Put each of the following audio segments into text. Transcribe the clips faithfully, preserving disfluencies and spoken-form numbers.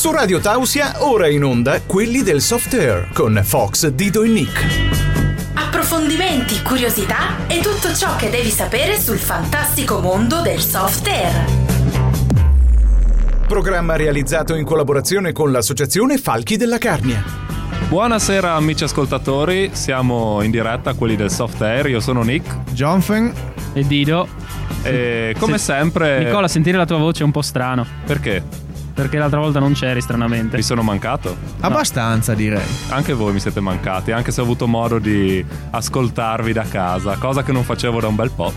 Su Radio Tausia, ora in onda Quelli del Soft Air con Fox, Dido e Nick. Approfondimenti, curiosità e tutto ciò che devi sapere sul fantastico mondo del soft air. Programma realizzato in collaborazione con l'associazione Falchi della Carnia. Buonasera amici ascoltatori, siamo in diretta Quelli del Soft Air. Io sono Nick, Jonfen e Dido. E come Se- sempre... Nicola, sentire la tua voce è un po' strano. Perché? Perché l'altra volta non c'eri, stranamente. Vi sono mancato? Abbastanza, direi. Anche voi mi siete mancati, anche se ho avuto modo di ascoltarvi da casa, cosa che non facevo da un bel po',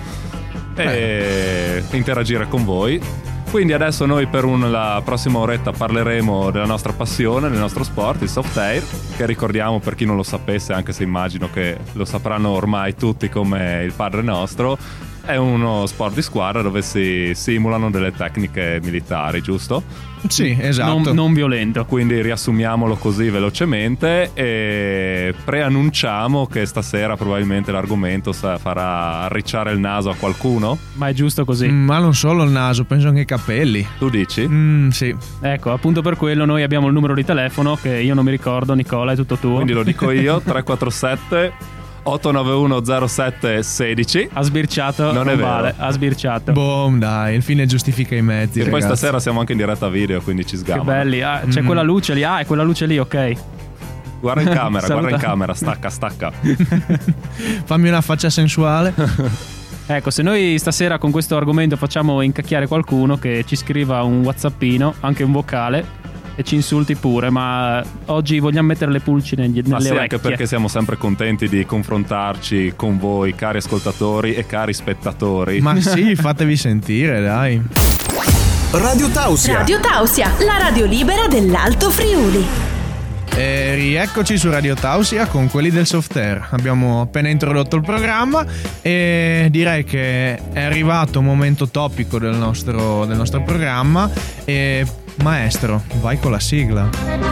e interagire con voi. Quindi adesso noi per un, la prossima oretta parleremo della nostra passione, del nostro sport, il soft air, che ricordiamo, per chi non lo sapesse, anche se immagino che lo sapranno ormai tutti come il Padre Nostro, è uno sport di squadra dove si simulano delle tecniche militari, giusto? Sì, esatto. Non, non violento. Quindi riassumiamolo così velocemente e preannunciamo che stasera probabilmente l'argomento farà arricciare il naso a qualcuno. Ma è giusto così. Mm, ma non solo il naso, penso anche i capelli. Tu dici? Mm, sì. Ecco, appunto per quello noi abbiamo il numero di telefono che io non mi ricordo. Nicola, è tutto tuo. Quindi lo dico io, tre quattro sette otto nove uno zero sette uno sei. Ha sbirciato, non, non è vero. vale, ha sbirciato. Boom, dai, il fine giustifica i mezzi. E poi ragazzi. stasera siamo anche in diretta video, quindi ci Che sgamano. belli, ah, c'è Mm. quella luce lì, ah, è quella luce lì, ok. Guarda in camera, guarda in Saluta. camera, stacca, stacca. Fammi una faccia sensuale. Ecco, se noi stasera con questo argomento facciamo incacchiare qualcuno, che ci scriva un whatsappino, anche un vocale, e ci insulti pure, ma oggi vogliamo mettere le pulci negli, nelle Ma sì, orecchie. anche perché siamo sempre contenti di confrontarci con voi, cari ascoltatori e cari spettatori. Ma sì, fatevi sentire, dai. Radio Tausia. Radio Tausia, la radio libera dell'Alto Friuli. E rieccoci su Radio Tausia con Quelli del Soft Air. Abbiamo appena introdotto il programma e direi che è arrivato un momento topico del nostro, del nostro programma. E maestro, vai con la sigla.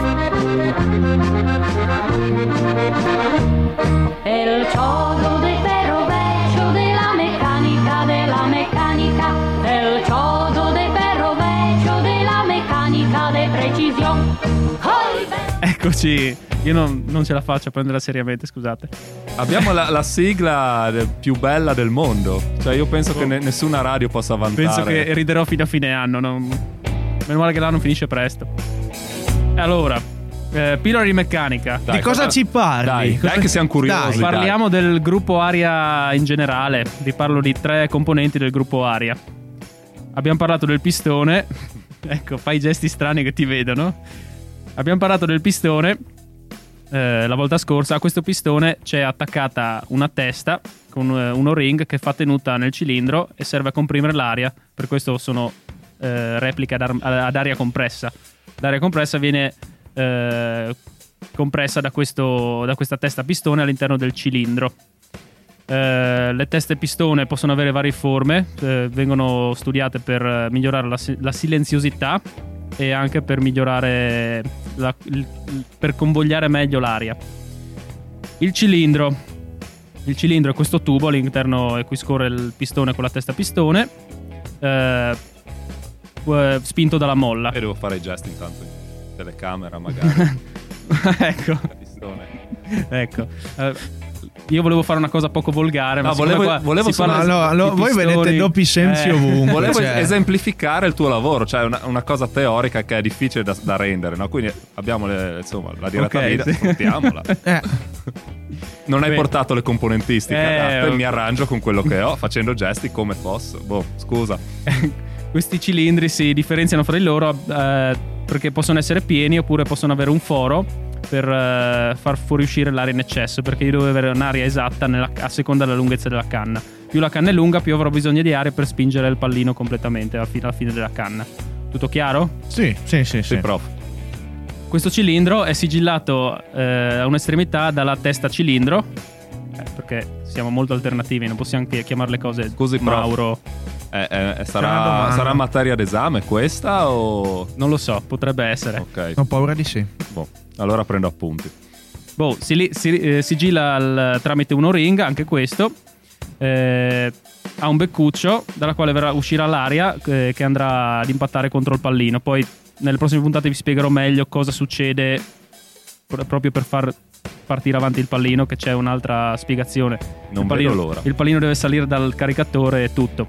È il chiodo del rovescio della meccanica, della meccanica. È il chiodo del rovescio della meccanica de precisione. Eccoci, io non, non ce la faccio a prenderla seriamente, scusate. Abbiamo la, la sigla de- più bella del mondo. Cioè io penso che ne- nessuna radio possa vantare. Penso che riderò fino a fine anno, non... meno male che l'anno finisce presto. Allora, eh, pillole di meccanica. Dai, di cosa cosa- ci parli? Dai, Cosa- dai che siamo curiosi. Dai. Parliamo del gruppo Aria in generale. Vi parlo di tre componenti del gruppo Aria. Abbiamo parlato del pistone. Ecco, fai i gesti strani che ti vedono. Abbiamo parlato del pistone eh, la volta scorsa. A questo pistone c'è attaccata una testa con eh, un O-ring che fa tenuta nel cilindro e serve a comprimere l'aria. Per questo sono eh, repliche ad, ar- ad aria compressa. L'aria compressa viene eh, compressa da, questo, da questa testa pistone all'interno del cilindro. Eh, le teste pistone possono avere varie forme, eh, vengono studiate per migliorare la, si- la silenziosità e anche per migliorare la, il, per convogliare meglio l'aria. Il cilindro il cilindro è questo tubo all'interno e qui scorre il pistone con la testa pistone, eh, eh, spinto dalla molla. E devo fare i gesti intanto in telecamera magari. Ecco, Pistone. ecco. Eh, io volevo fare una cosa poco volgare, ma No, siccome volevo- qua volevo si solo- parla Allora, di allora, voi pistoni, vedete doppi sensi eh, ovunque. Volevo cioè. esemplificare il tuo lavoro, cioè una, una cosa teorica che è difficile da, da rendere, no? Quindi abbiamo le- insomma la diretta Ok, video, sì. sfruttiamola. Eh, Non hai Beh. portato le componentistiche Eh, adatte, ok. mi arrangio con quello che ho, facendo gesti come posso. Boh, scusa. Questi cilindri si differenziano fra di loro eh, perché possono essere pieni oppure possono avere un foro per eh, far fuoriuscire l'aria in eccesso, perché io devo avere un'aria esatta nella, a seconda della lunghezza della canna. Più la canna è lunga, più avrò bisogno di aria per spingere il pallino completamente alla fine, alla fine della canna. Tutto chiaro? sì, sì, sì, Sì, sì. prof. Questo cilindro è sigillato eh, a un'estremità dalla testa cilindro, eh, perché siamo molto alternativi, non possiamo anche chiamare le cose Scusi, prof. Mauro. Eh, eh, Una sarà, domanda. sarà materia d'esame questa o... Non lo so, potrebbe essere. Ok, Ho paura di sì. boh, allora prendo appunti. Boh, si, li- si eh, sigilla al- tramite un O-ring, anche questo. Eh, ha un beccuccio dalla quale verrà, uscirà l'aria eh, che andrà ad impattare contro il pallino. Poi nelle prossime puntate vi spiegherò meglio cosa succede pr- proprio per far partire avanti il pallino, che c'è un'altra spiegazione. Non il pallino, vedo l'ora. Il pallino deve salire dal caricatore e tutto.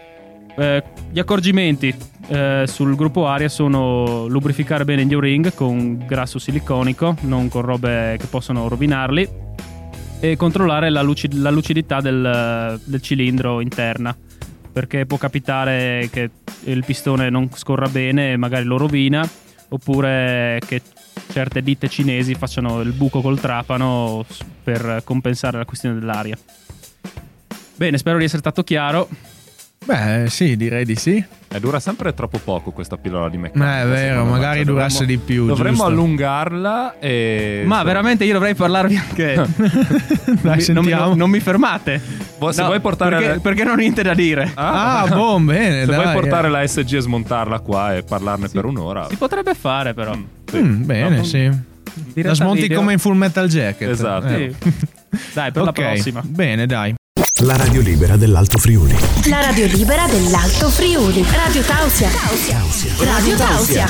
Eh, gli accorgimenti eh, sul gruppo Aria sono lubrificare bene gli O-ring con grasso siliconico, non con robe che possono rovinarli, e controllare la, lucid- la lucidità del, del cilindro interna, perché può capitare che il pistone non scorra bene e magari lo rovina, oppure che certe ditte cinesi facciano il buco col trapano per compensare la questione dell'aria. Bene, spero di essere stato chiaro. Beh, sì, direi di sì. Eh, dura sempre troppo poco questa pillola di meccanica. Eh, è vero, secondo me. magari Cioè, durasse dovremmo- di più. Dovremmo giusto? allungarla e... Ma veramente io dovrei parlarvi anche. Dai, non, mi, sentiamo. non, non mi fermate. Vuoi- se No, vuoi portare perché, le- perché non ho niente da dire. Ah, buon, bene, Se dai. vuoi portare la S G e smontarla qua e parlarne per un'ora. Si potrebbe fare, però. Sì. Mm, bene, No, sì. Diretta La smonti video. come in Full Metal Jacket. Esatto. Eh. Sì. Dai, per la Ok, prossima. bene, dai. La radio libera dell'Alto Friuli. La radio libera dell'Alto Friuli. Radio Tausia. Radio Tausia.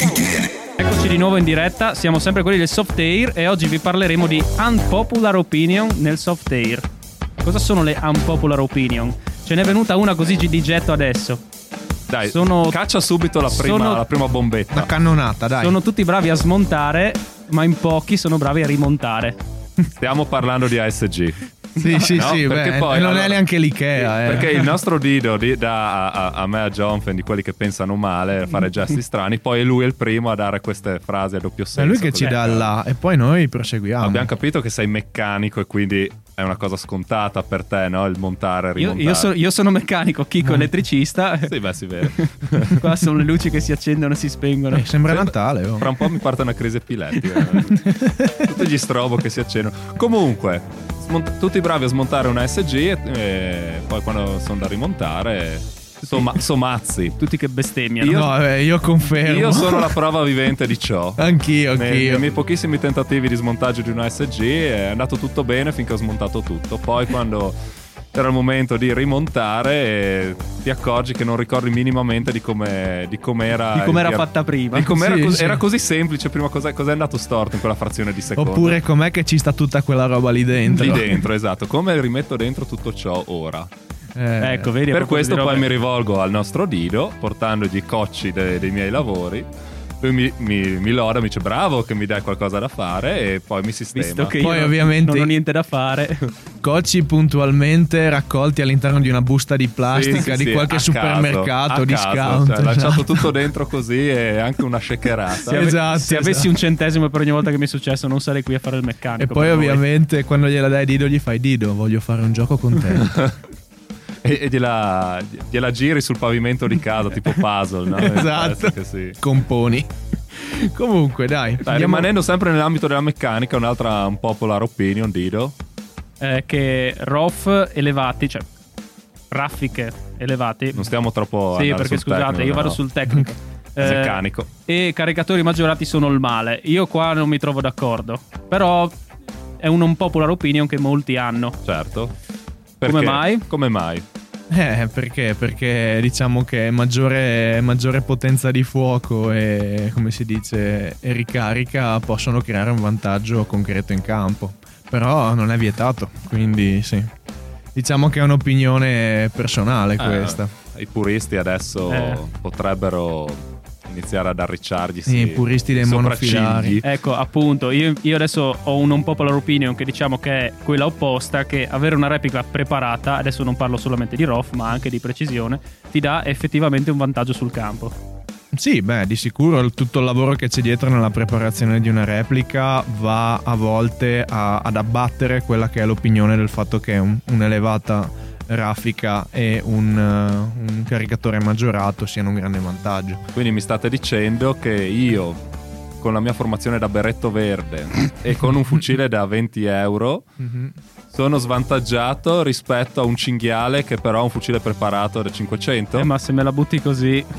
Eccoci di nuovo in diretta. Siamo sempre quelli del soft air e oggi vi parleremo di unpopular opinion nel soft air. Cosa sono le unpopular opinion? Ce n'è venuta una così di getto adesso. Dai, Sono- caccia subito la prima, sono- la prima bombetta. Una cannonata, dai. Sono tutti bravi a smontare, ma in pochi sono bravi a rimontare. Stiamo parlando di A S G. Sì, sì, No, sì, perché beh, poi, non allora- è neanche l'Ikea, eh. Perché il nostro Dido di- dà a, a, a me, a Jonfen, di quelli che pensano male, a fare gesti strani, poi è lui è il primo a dare queste frasi a doppio È senso. lui che così. ci dà là e poi noi proseguiamo. Abbiamo capito che sei meccanico e quindi è una cosa scontata per te, no? Il montare e Io, rimontare. io, so- io sono meccanico, Chico elettricista. Sì, beh, si vede. Qua sono le luci che si accendono e si spengono. Eh, sembra Natale, oh. Fra un po' mi parte una crisi epilettica. Tutti gli strobo che si accendono. Comunque, smont- tutti bravi a smontare una S G e, e poi quando sono da rimontare, somma- somazzi. Tutti che bestemmiano. Io- No, eh, io confermo. Io sono la prova vivente di ciò. Anch'io, Nei, anch'io. nei miei pochissimi tentativi di smontaggio di una S G è andato tutto bene finché ho smontato tutto. Poi quando era il momento di rimontare eh, ti accorgi che non ricordi minimamente di come di com'era Di com'era il- fatta prima. di com'era Sì, cos- sì. era così semplice prima. Cos'è, cos'è andato storto in quella frazione di secondo? Oppure com'è che ci sta tutta quella roba lì dentro? lì dentro, esatto. Come rimetto dentro tutto ciò ora? Eh, Ecco, vedi. a Per proposito questo di poi robe- mi rivolgo al nostro Dido portandogli i cocci de- dei miei lavori. Lui mi, mi, mi loda, mi dice bravo che mi dai qualcosa da fare e poi mi sistema. Visto che Poi io ovviamente- non ho niente da fare. Cocci puntualmente raccolti all'interno di una busta di plastica Sì, sì, di sì, qualche a supermercato, caso, a discount. caso, cioè, lasciato esatto. tutto dentro così e anche una shakerata. Se, ave- Esatto, se avessi esatto. un centesimo per ogni volta che mi è successo, non sarei qui a fare il E meccanico. poi per voi. ovviamente quando gliela dai Dido gli fai Dido, voglio fare un gioco con te. E, e gliela, gliela giri sul pavimento di casa, tipo puzzle, no? Esatto. Penso che sì. Componi. Comunque, dai. Dai, andiamo- rimanendo sempre nell'ambito della meccanica, un'altra un popular opinion, Dido. Eh, che R O F elevati, cioè raffiche elevati. Non stiamo troppo Sì, andare perché sul scusate, tecnico, io vado no? sul tecnico. Eh, Meccanico. E caricatori maggiorati sono il male. Io qua non mi trovo d'accordo. Però è un unpopular opinion che molti hanno. Certo. Come Perché? mai? Come mai? Eh, perché? Perché diciamo che maggiore, maggiore potenza di fuoco e, come si dice, e ricarica possono creare un vantaggio concreto in campo. Però non è vietato, quindi sì. Diciamo che è un'opinione personale questa. Eh, I puristi adesso Eh. potrebbero iniziare ad arricciargli Sì, i puristi dei monofilari. Ecco, appunto, io, io adesso ho un unpopular opinion che diciamo che è quella opposta, che avere una replica preparata, adesso non parlo solamente di R O F ma anche di precisione, ti dà effettivamente un vantaggio sul campo. Sì, beh, di sicuro il- tutto il lavoro che c'è dietro nella preparazione di una replica va a volte a- ad abbattere quella che è l'opinione del fatto che un- un'elevata raffica e un, uh, un caricatore maggiorato siano un grande vantaggio. Quindi mi state dicendo che io, con la mia formazione da berretto verde e con un fucile da venti euro, sono svantaggiato rispetto a un cinghiale che però ha un fucile preparato da cinquecento? Eh, ma se me la butti così Eh,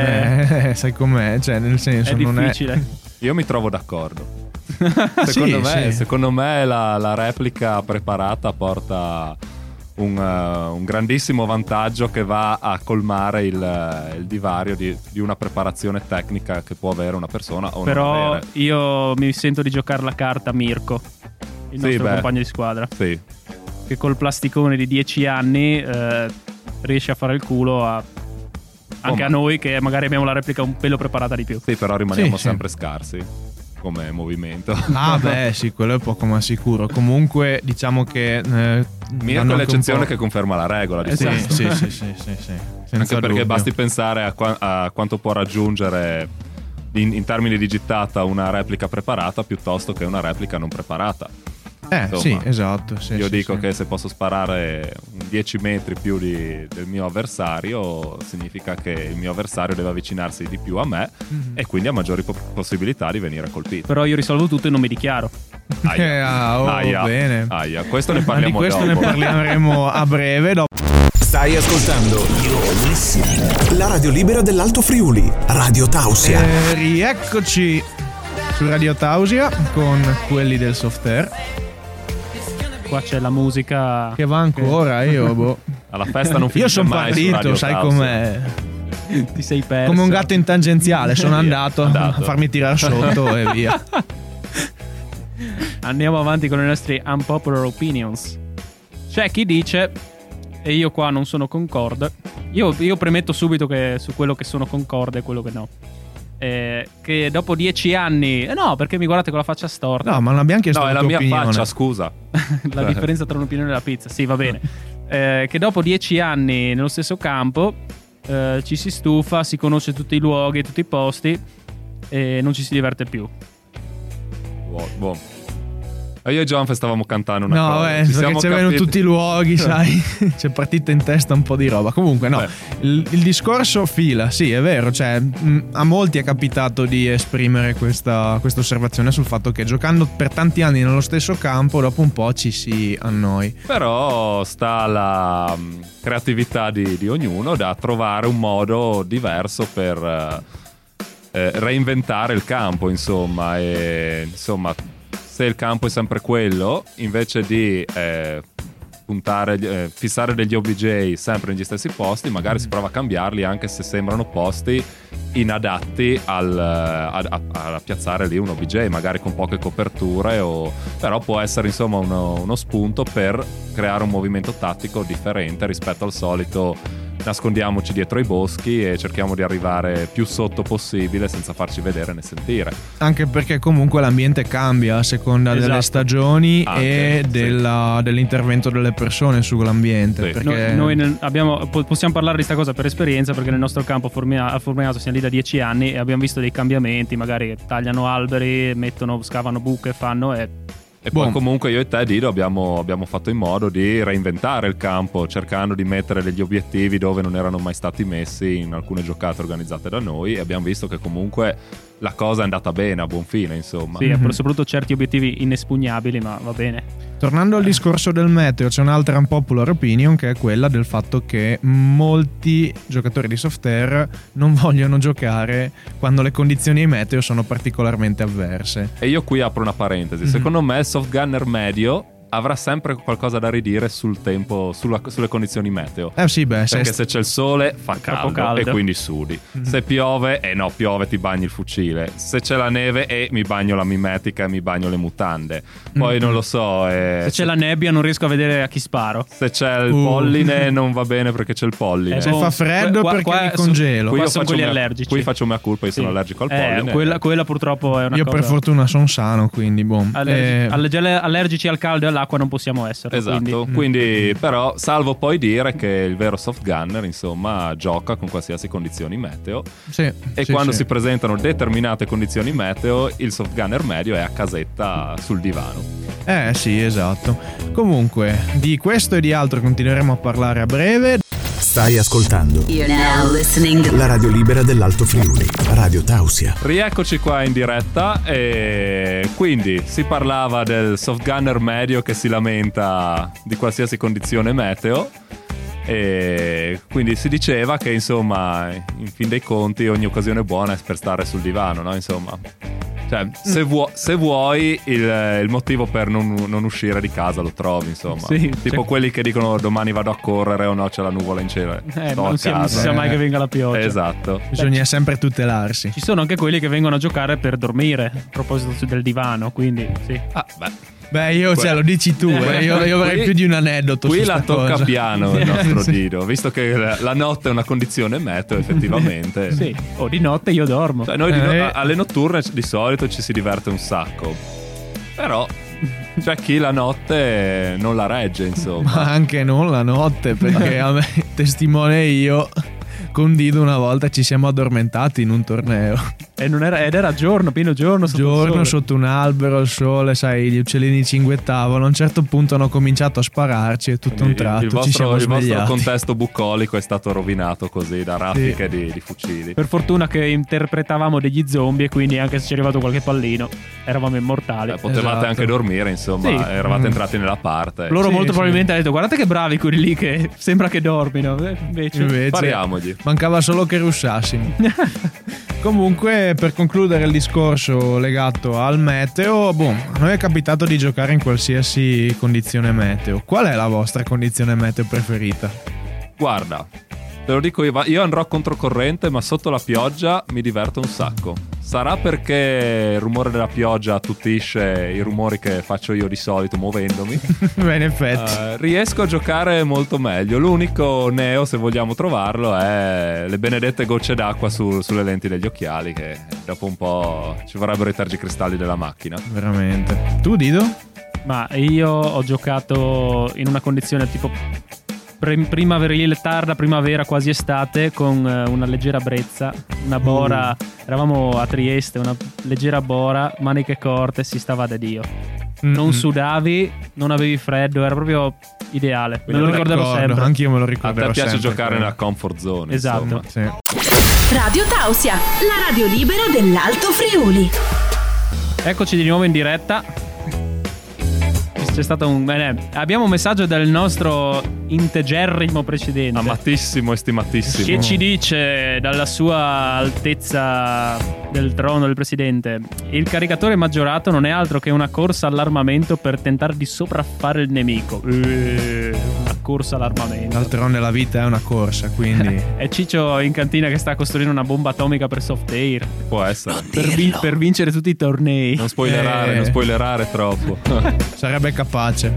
beh, sai com'è? Cioè, nel senso, è non difficile. Io mi trovo d'accordo. è... Secondo, Sì, me, sì. secondo me la, la replica preparata porta un, uh, un grandissimo vantaggio che va a colmare il, il divario di, di una preparazione tecnica che può avere una persona o Però non avere. io mi sento di giocare la carta Mirko, il nostro Sì, beh. compagno di squadra, Sì. che col plasticone di dieci anni eh, riesce a fare il culo a, anche Oh, a ma- noi che magari abbiamo la replica un pelo preparata di più. Sì, però rimaniamo Sì, sì. sempre scarsi come movimento. Ah, beh, sì, quello è poco ma sicuro. Comunque, diciamo che. Eh, Mirko danno è anche l'eccezione un che po'. conferma la regola di Sì, questo. sì, sì, sì, sì, sì. Senza Anche perché dubbio. basti pensare a, qua- a quanto può raggiungere in, in termini di gittata una replica preparata piuttosto che una replica non preparata. Eh, Insomma, sì, esatto. Sì, Io sì, dico sì. che se posso sparare dieci metri più di- del mio avversario, significa che il mio avversario deve avvicinarsi di più a me Mhm. e quindi ha maggiori po- possibilità di venire colpito. Però io risolvo tutto e non mi dichiaro. Eh, ah, oh, Aia. bene. Aia. Questo ne Ma di parliamo questo dopo. ne parleremo a breve. Dopo. Stai ascoltando la radio libera dell'Alto Friuli, Radio Tausia. Eh, rieccoci su Radio Tausia con quelli del Softair. Qua c'è la musica Che va ancora, io boh. Alla festa non Io finisce sono mai su partito, Radio sai Tausia. com'è. ti sei perso. Come un gatto in tangenziale, sono Via, andato andato. a farmi tirare sotto e via. Andiamo avanti con le nostre unpopular opinions. C'è chi dice, e io qua non sono concorde, io, io premetto subito che su quello che sono concorde e quello che no. Eh, che dopo dieci anni, eh no, perché mi guardate con la faccia storta. No, ma non abbiamo chiesto No, è la la tua mia opinione. faccia, scusa. La differenza tra un'opinione e la pizza, sì, va bene. Eh, che dopo dieci anni nello stesso campo eh, ci si stufa, si conosce tutti i luoghi, tutti i posti e non ci si diverte più. Boh, boh. E io e John stavamo cantando una No, cosa. eh, Ci perché siamo c'erano capiti- tutti i luoghi, sai. C'è partita in testa un po' di roba. Comunque, no. Beh. Il, il discorso fila, sì, è vero. Cioè, mh, a molti è capitato di esprimere questa, questa osservazione sul fatto che giocando per tanti anni nello stesso campo, dopo un po' ci si annoi. Però sta alla mm, creatività di, di ognuno da trovare un modo diverso per eh, eh, reinventare il campo, insomma. E insomma, se il campo è sempre quello, invece di eh, puntare, eh, fissare degli O B J sempre negli stessi posti, magari si prova a cambiarli anche se sembrano posti inadatti al, a, a, a piazzare lì un O B J, magari con poche coperture, o, però può essere insomma uno, uno spunto per creare un movimento tattico differente rispetto al solito nascondiamoci dietro i boschi e cerchiamo di arrivare più sotto possibile senza farci vedere né sentire. Anche perché comunque l'ambiente cambia a seconda delle Esatto. stagioni Anche, e sì. della- dell'intervento delle persone sull'ambiente. Sì. Perché Noi, noi nel- abbiamo, po- possiamo parlare di questa cosa per esperienza, perché nel nostro campo formia- a Formiato siamo lì da dieci anni e abbiamo visto dei cambiamenti, magari tagliano alberi, mettono, scavano buche, fanno e E poi Boh. comunque io e te, Dido, abbiamo, abbiamo fatto in modo di reinventare il campo, cercando di mettere degli obiettivi dove non erano mai stati messi in alcune giocate organizzate da noi, e abbiamo visto che comunque la cosa è andata bene, a buon fine, insomma. sì, Mhm. soprattutto certi obiettivi inespugnabili, ma va bene. Tornando al discorso del meteo, c'è un'altra unpopular opinion che è quella del fatto che molti giocatori di Softair non vogliono giocare quando le condizioni meteo sono particolarmente avverse. E io qui apro una parentesi. Mhm. Secondo me il soft gunner medio avrà sempre qualcosa da ridire sul tempo, sulla- sulle condizioni meteo. Eh sì, beh, se Perché se c'è il sole fa Troppo caldo, caldo. e quindi sudi. Mhm. Se piove, eh no, piove, ti bagni il fucile. Se c'è la neve, eh, mi bagno la mimetica e mi bagno le mutande. Poi Mhm. non lo so. eh, Se c'è la nebbia non riesco a vedere a chi sparo. se c'è il Uh. polline non va bene perché c'è il polline. Eh, se boh, fa freddo qua- perché qua mi so- congelo. Qua io sono faccio quelli mea- allergici. Qui faccio mea colpa, io sono Sì. allergico al Eh, polline. quella, quella purtroppo è una Io cosa. per fortuna sono sano, quindi boh. Allergi- Eh, allergi- allergici al caldo e all'acqua non possiamo essere. Esatto, quindi- quindi, però salvo poi dire che il vero soft gunner insomma gioca con qualsiasi condizioni meteo, sì, e sì, quando sì. si presentano determinate condizioni meteo il soft gunner medio è a casetta sul divano. Eh sì, esatto. Comunque, di questo e di altro continueremo a parlare a breve. Stai ascoltando You're now listening to la radio libera dell'Alto Friuli, Radio Tausia. Rieccoci qua in diretta, e quindi si parlava del soft gunner medio che si lamenta di qualsiasi condizione meteo, e quindi si diceva che insomma in fin dei conti ogni occasione buona è per stare sul divano, no? Insomma, Cioè, se, vuo- se vuoi il, il motivo per non, non uscire di casa lo trovi, insomma. Sì, tipo cioè- quelli che dicono domani vado a correre o no, c'è la nuvola in cielo. Eh, Sto non a si, non si casa. sa mai che venga la pioggia. Esatto. Bisogna sempre tutelarsi. Ci sono anche quelli che vengono a giocare per dormire, a proposito del divano, quindi sì. Ah, beh. Beh, io, cioè, lo dici tu, eh, io, io avrei Qui- più di un aneddoto Qui su la sta tocca cosa. piano il nostro Sì. Dido, visto che la, la notte è una condizione meteo, effettivamente. Sì, o di notte io dormo. Cioè, noi di no- Eh. alle notturne di solito ci si diverte un sacco. Però c'è chi la notte non la regge, insomma. Ma anche non la notte, perché a me, testimone io, con Dido una volta ci siamo addormentati in un torneo. E non era, ed era giorno, pieno giorno. Sotto il Giorno sole. sotto un albero, il sole, sai, gli uccellini cinguettavano. A un certo punto hanno cominciato a spararci e tutto a un Quindi tratto il ci vostro, siamo il vostro svegliati. contesto bucolico è stato rovinato così da raffiche di, di fucili. Per fortuna che interpretavamo degli zombie e quindi anche se ci è arrivato qualche pallino eravamo immortali. Beh, potevate Esatto. anche dormire, insomma, Sì. eravate Mm. entrati nella parte. Loro Sì, molto sì. probabilmente hanno detto guardate che bravi quelli lì che sembra che dormino. Eh, Invece... Invece Pariamogli. mancava solo che russassimo. Comunque, per concludere il discorso legato al meteo, boh, a noi è capitato di giocare in qualsiasi condizione meteo. Qual è la vostra condizione meteo preferita? Guarda, te lo dico io, va- io andrò controcorrente, ma sotto la pioggia mi diverto un sacco. Sarà perché il rumore della pioggia attutisce i rumori che faccio io di solito muovendomi. Beh, in effetti. Eh, riesco a giocare molto meglio. L'unico neo, se vogliamo trovarlo, è le benedette gocce d'acqua su- sulle lenti degli occhiali, che dopo un po' ci vorrebbero i tergicristalli della macchina. Veramente. Tu, Dido? Ma io ho giocato in una condizione tipo pre- primaverile, tarda primavera, quasi estate, con eh, una leggera brezza, una bora. Eravamo a Trieste, una leggera bora, maniche corte, si stava da Dio. Non Mm-mm. sudavi, non avevi freddo, era proprio ideale. Me lo Me ricorderò ricordo, sempre. Anch'io me lo A ricorderò te piace sempre, giocare quello. nella comfort zone. Esatto. insomma. Sì. Radio Tausia, la radio libera dell'Alto Friuli. Eccoci di nuovo in diretta. C'è stato un. Bene, abbiamo un messaggio del nostro integerrimo precedente. Amatissimo e stimatissimo. Che ci dice dalla sua altezza del trono del presidente: il caricatore maggiorato non è altro che una corsa all'armamento per tentare di sopraffare il nemico. Eh, una corsa all'armamento. D'altronde la vita è una corsa, quindi È Ciccio in cantina che sta costruendo una bomba atomica per soft air. Può essere. Per, vi- per vincere tutti i tornei. Non spoilerare, Eh. non spoilerare troppo. sarebbe capace.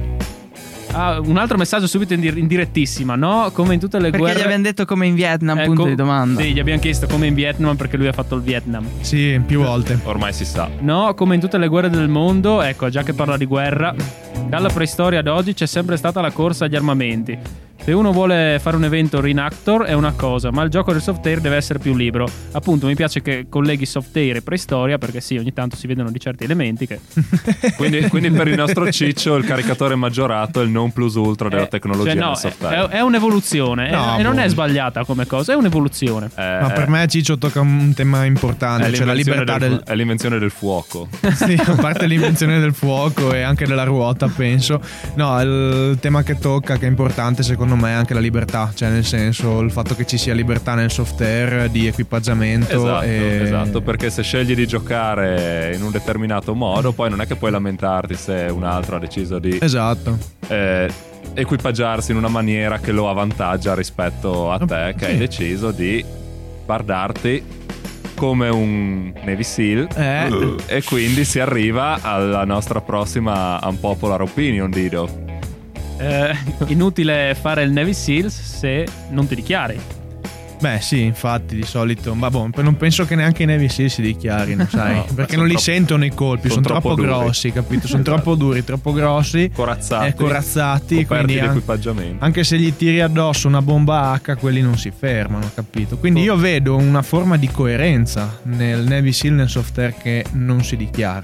Ah, un altro messaggio subito in, dir- in direttissima, no? Come in tutte le Perché guerre. gli abbiamo detto come in Vietnam, Eh, punto com- di domanda. Sì, gli abbiamo chiesto come in Vietnam perché lui ha fatto il Vietnam. Sì, più volte. Ormai si sa. No, come in tutte le guerre del mondo, ecco, già che parla di guerra, dalla preistoria ad oggi c'è sempre stata la corsa agli armamenti. Se uno vuole fare un evento reenactor è una cosa, ma il gioco del soft air deve essere più libero. Appunto, mi piace che colleghi soft air e preistoria, perché sì, ogni tanto si vedono di certi elementi che... Quindi, quindi per il nostro Ciccio il caricatore maggiorato è il non plus ultra della Eh, tecnologia cioè, no, nel è, software. è un'evoluzione No, eh, e non boh. è sbagliata come cosa, è un'evoluzione. Eh, Ma per me Ciccio tocca un tema importante, è cioè la l'invenzione libertà del, del... è l'invenzione del fuoco. Sì, a parte l'invenzione del fuoco e anche della ruota, penso. No, il tema che tocca, che è importante secondo me, è anche la libertà. Cioè, nel senso, il fatto che ci sia libertà nel software di equipaggiamento. Esatto, e... esatto, perché se scegli di giocare in un determinato modo, poi non è che puoi lamentarti se un altro ha deciso di Esatto. eh, equipaggiarsi in una maniera che lo avvantaggia rispetto a te, che Sì. hai deciso di bardarti come un Navy Seal. Eh. E quindi si arriva alla nostra prossima unpopular opinion, Dido. Eh, inutile fare il Navy Seals se non ti dichiari. Beh, sì, infatti, di solito. Ma boh, non penso che neanche i Navy Seal si dichiarino, sai? No, perché sono non li troppo- sentono i colpi, sono sono, troppo troppo, duri. grossi, capito? Sono Esatto. troppo duri, troppo grossi. Corazzati, Eh, corazzati, coperti quindi di an- equipaggiamento. Anche se gli tiri addosso una bomba H, quelli non si fermano, capito? Quindi io vedo una forma di coerenza nel Navy Seal, nel software che non si dichiara.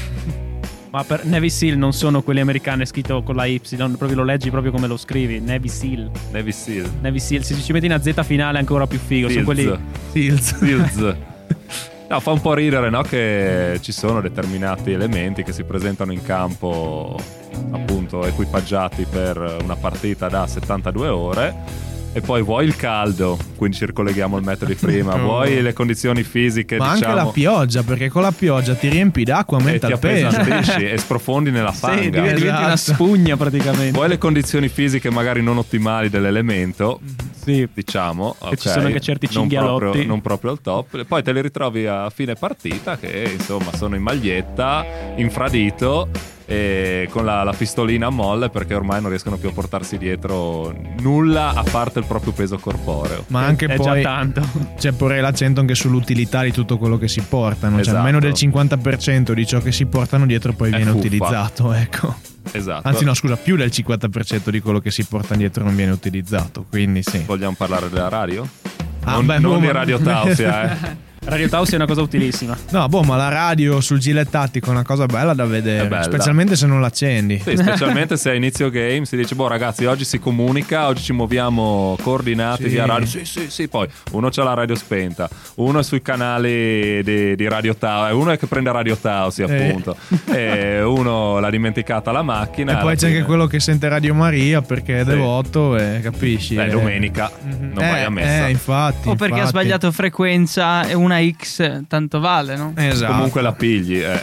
Ma per Navy Seal non sono quelli americani scritto con la Y, proprio lo leggi proprio come lo scrivi. Navy Seal. Navy Seal. Navy Seal, se ci metti una Z finale è ancora più figo. Sono Seals. quelli. Seals. Seals. No, fa un po' ridere, no? Che ci sono determinati elementi che si presentano in campo, appunto, equipaggiati per una partita da settantadue ore. E poi vuoi il caldo, quindi ci ricolleghiamo al metodo di prima, No. vuoi le condizioni fisiche, Ma diciamo, anche la pioggia, perché con la pioggia ti riempi d'acqua, e aumenta ti il peso. appesantisci e sprofondi nella Sì, fanga. diventi, diventi una Esatto. spugna praticamente. Vuoi le condizioni fisiche magari non ottimali dell'elemento, Sì. diciamo, Che ci ok, sono anche certi non cinghialotti. proprio, non proprio al top, e poi te li ritrovi a fine partita che insomma sono in maglietta, infradito e con la, la pistolina a molle, perché ormai non riescono più a portarsi dietro nulla a parte il proprio peso corporeo. Ma anche è poi già tanto. c'è pure l'accento anche sull'utilità di tutto quello che si portano. Cioè Esatto. meno del cinquanta per cento di ciò che si portano dietro poi È viene fuffa. utilizzato, ecco. Esatto. Anzi no, scusa, più del cinquanta per cento di quello che si porta dietro non viene utilizzato, quindi sì. Vogliamo parlare della radio? Ah, non beh, non boh, di ma- Radio Tausia, eh. Radio Tausia è una cosa utilissima. No, boh, ma la radio sul gilet tattico è una cosa bella da vedere, È bella. specialmente se non l'accendi. Sì, specialmente se a inizio game si dice, boh ragazzi, oggi si comunica, oggi ci muoviamo coordinati Sì. via radio. Sì, sì, sì, poi uno c'ha la radio spenta, uno è sui canali di, di Radio Tausia, uno è che prende Radio Tausia, Eh. appunto, e uno l'ha dimenticata la macchina. E alla poi c'è fine- anche quello che sente Radio Maria perché è Sì. devoto e capisci. Beh, eh. domenica non eh, vai a messa. Eh, infatti. O perché ha infatti. sbagliato frequenza e una X, tanto vale, no? Esatto. Comunque la pigli, eh.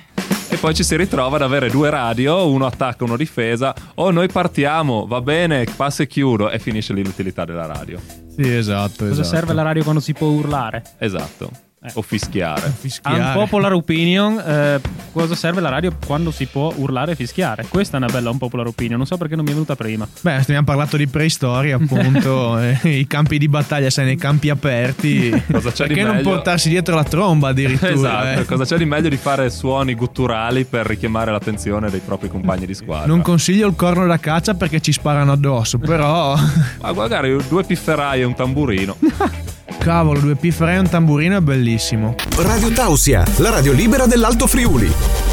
E poi ci si ritrova ad avere due radio, uno attacca, uno difesa. O noi partiamo, va bene, passo e chiudo, e finisce l'inutilità della radio. Sì, esatto. Cosa esatto. serve la radio quando si può urlare? Esatto. Eh. O fischiare. Fischiare. Unpopular opinion, eh, cosa serve la radio quando si può urlare e fischiare? Questa è una bella unpopular opinion, non so perché non mi è venuta prima. Beh, abbiamo parlato di preistoria, appunto. eh, I campi di battaglia, sai, nei campi aperti. Cosa c'è di Perché non meglio? portarsi dietro la tromba addirittura? Esatto, eh? cosa c'è di meglio di fare suoni gutturali per richiamare l'attenzione dei propri compagni di squadra? Non consiglio il corno da caccia perché ci sparano addosso, però. Ma magari due pifferai e un tamburino. Cavolo, due pifferei e un tamburino è bellissimo. Radio Tausia, la radio libera dell'Alto Friuli.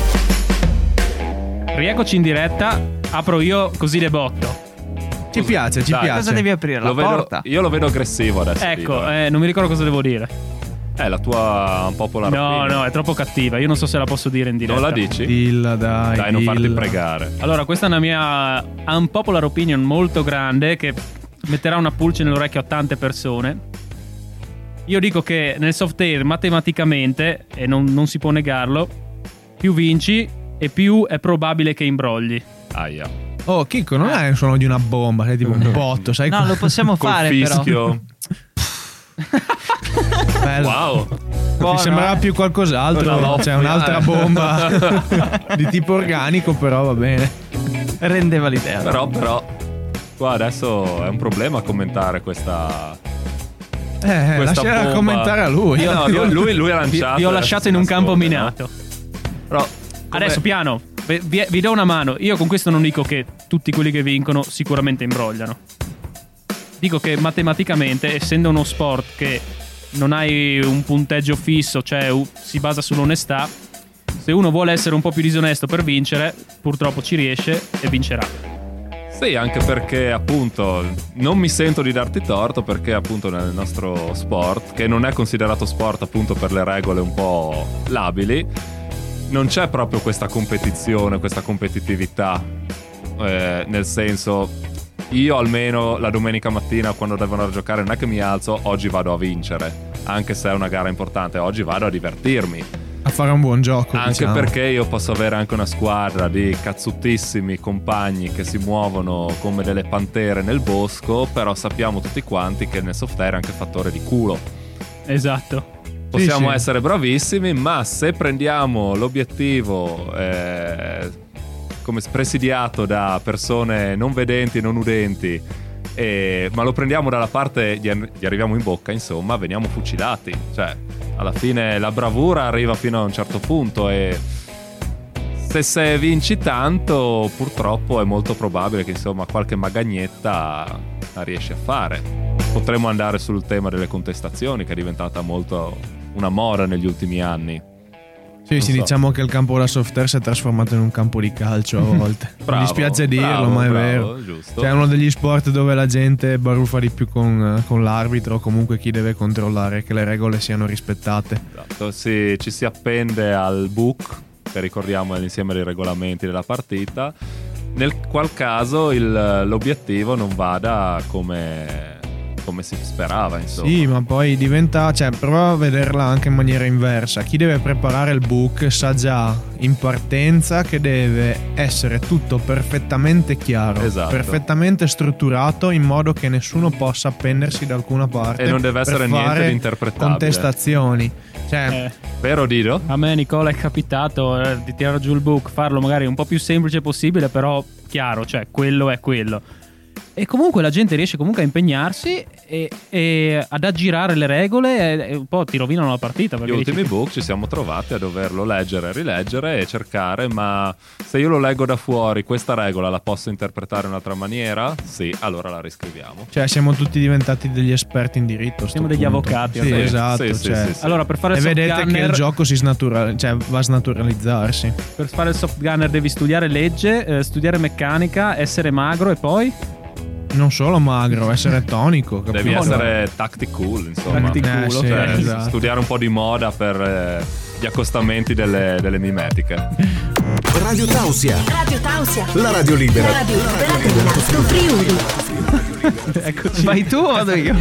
Rieccoci in diretta, apro io così le botto. Ci piace, ci Dai. piace. Cosa devi aprire? La Lo vedo- porta? io lo vedo aggressivo adesso. Ecco, Tito. eh, non mi ricordo cosa devo dire. È la tua unpopular No, opinion. no, è troppo cattiva, io non so se la posso dire in diretta. Non la dici? Dilla, dai. Dai, non farti dilla. pregare. Allora, questa è una mia unpopular opinion molto grande che metterà una pulce nell'orecchio a tante persone. Io dico che nel soft air matematicamente, e non, non si può negarlo, più vinci e più è probabile che imbrogli. Aia. Oh, Chicco, non è un suono di una bomba, è tipo un botto, sai? No, lo possiamo Col fare fischio. Bello. Wow. Mi Buono, sembrava eh? più qualcos'altro, Una loffia, cioè un'altra eh. bomba di tipo organico, però va bene. però. Rendeva l'idea. Però, però, qua adesso è un problema commentare questa. Eh, Questa lascia bomba. commentare a lui. Eh no, lui, lui, lui ha Vi, lanciato. vi ho adesso lasciato si in un campo nasconde, minato. no? Però, come- Adesso piano, vi, vi- vi do una mano. Io con questo non dico che tutti quelli che vincono sicuramente imbrogliano. Dico che matematicamente, essendo uno sport che non hai un punteggio fisso, cioè u- si basa sull'onestà, se uno vuole essere un po' più disonesto per vincere, purtroppo ci riesce e vincerà. Sì, anche perché appunto non mi sento di darti torto, perché appunto nel nostro sport, che non è considerato sport appunto per le regole un po' labili, non c'è proprio questa competizione, questa competitività, eh, nel senso, io almeno la domenica mattina quando devono giocare non è che mi alzo, oggi vado a vincere, anche se è una gara importante, oggi vado a divertirmi. A fare un buon gioco, Anche diciamo. perché io posso avere anche una squadra di cazzuttissimi compagni che si muovono come delle pantere nel bosco, però sappiamo tutti quanti che nel soft air è anche fattore di culo. Esatto. Possiamo sì. essere bravissimi, ma se prendiamo l'obiettivo eh, come presidiato da persone non vedenti e non udenti, eh, ma lo prendiamo dalla parte, gli, gli arriviamo in bocca, insomma, veniamo fucilati. Cioè, alla fine la bravura arriva fino a un certo punto e se, se vinci tanto, purtroppo è molto probabile che insomma qualche magagnetta la riesci a fare. Potremmo andare sul tema delle contestazioni, che è diventata molto una moda negli ultimi anni. Sì, sì, so. diciamo che il campo da soft air si è trasformato in un campo di calcio a volte. Bravo, Mi dispiace dirlo, bravo, ma è bravo, vero. giusto. Cioè, è uno degli sport dove la gente baruffa di più con, con l'arbitro o comunque chi deve controllare che le regole siano rispettate. Esatto, sì, ci si appende al book, che ricordiamo è l'insieme dei regolamenti della partita, nel qual caso il- l'obiettivo non vada come come si sperava, insomma. Sì, ma poi diventa, cioè prova a vederla anche in maniera inversa. Chi deve preparare il book sa già in partenza che deve essere tutto perfettamente chiaro, Esatto. perfettamente strutturato, in modo che nessuno possa appendersi da alcuna parte E non deve per essere niente fare di interpretabile. contestazioni. Cioè, Eh, Vero, Dido? a me, Nicola, è capitato eh, di tirare giù il book, farlo magari un po' più semplice possibile, però chiaro, cioè quello è quello. E comunque la gente riesce comunque a impegnarsi e, e ad aggirare le regole e, e un po' ti rovinano la partita. Gli perché ultimi dici, book ci siamo trovati a doverlo leggere, rileggere e cercare, ma se io lo leggo da fuori, questa regola la posso interpretare in un'altra maniera? Sì, allora la riscriviamo. cioè siamo tutti diventati degli esperti in diritto. a sto Siamo degli punto. avvocati, Sì, ok. esatto. Sì, sì, cioè. sì, sì. Allora, per fare E il soft vedete che gunner, il gioco si snatura, cioè va a snaturalizzarsi. per fare il soft gunner devi studiare legge, eh, studiare meccanica, essere magro e poi Non solo magro, essere tonico. Capito? Devi essere tactical, insomma. Tacticulo, Eh, sì, Cioè, esatto. studiare un po' di moda per eh, gli accostamenti delle, delle mimetiche. Radio Tausia, Radio Tausia. la radio libera. La radio libera dell'Alto Friuli. eccoci. Vai tu o vado io?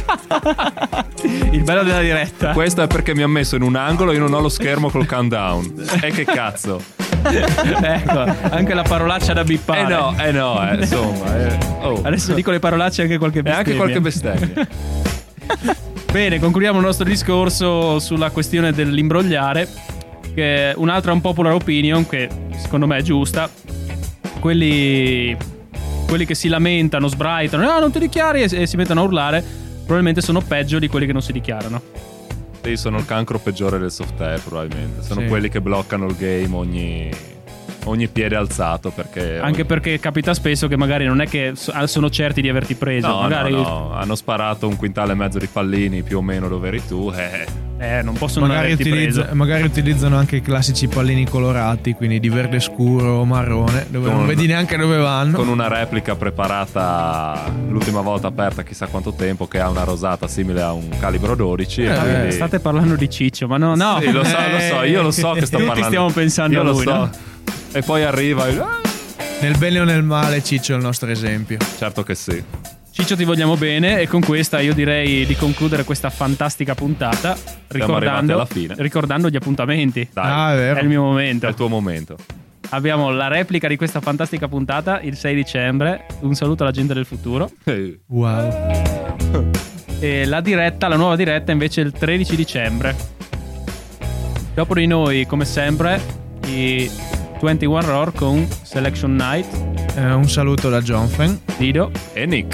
Il bello della diretta. Questo è perché mi ha messo in un angolo e io non ho lo schermo col countdown. E che cazzo? Ecco, anche la parolaccia da bippare. Eh no, eh no, eh, insomma. Eh. Oh. Adesso dico le parolacce e anche qualche E bestemmia. anche qualche bestemmia. Bene, concludiamo il nostro discorso sulla questione dell'imbrogliare, che è un'altra unpopular opinion che secondo me è giusta. Quelli quelli che si lamentano, sbraitano, no, non ti dichiari, e, e si mettono a urlare, probabilmente sono peggio di quelli che non si dichiarano. Sì, sono il cancro peggiore del software, probabilmente. Sono Sì. quelli che bloccano il game ogni, ogni piede alzato. Perché Anche ogni- perché capita spesso che magari non è che so- sono certi di averti preso, No, magari no, no, hanno sparato un quintale e mezzo di pallini più o meno dove eri tu. Eh. eh, non possono Magari, averti utilizza- preso. magari utilizzano anche i classici pallini colorati, quindi di verde scuro o marrone, dove Con- non vedi neanche dove vanno. Con una replica preparata l'ultima volta aperta chissà quanto tempo, che ha una rosata simile a un calibro dodici. e Eh, quindi- State parlando di Ciccio, ma no, no. Sì, lo so, lo so, io lo so che sto Tutti parlando. stiamo pensando Io a lo lui, so. no? E poi arriva e- ah, Nel bene o nel male, Ciccio è il nostro esempio. certo che sì. Ciccio, ti vogliamo bene, e con questa io direi di concludere questa fantastica puntata arrivati ricordando, alla fine. ricordando gli appuntamenti. Dai, Ah, è vero. È il mio momento. è il tuo momento. Abbiamo la replica di questa fantastica puntata il sei dicembre. Un saluto alla gente del futuro. Eh, Wow. E la diretta, la nuova diretta invece il tredici dicembre. Dopo di noi, come sempre, i ventuno Roar con Selection Night. Eh, un saluto da Jonfen. Dido. E Nick.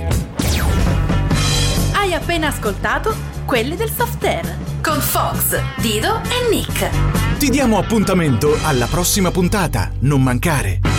Hai appena ascoltato Quelli del Software con Fox, Dido e Nick. Ti diamo appuntamento alla prossima puntata. Non mancare.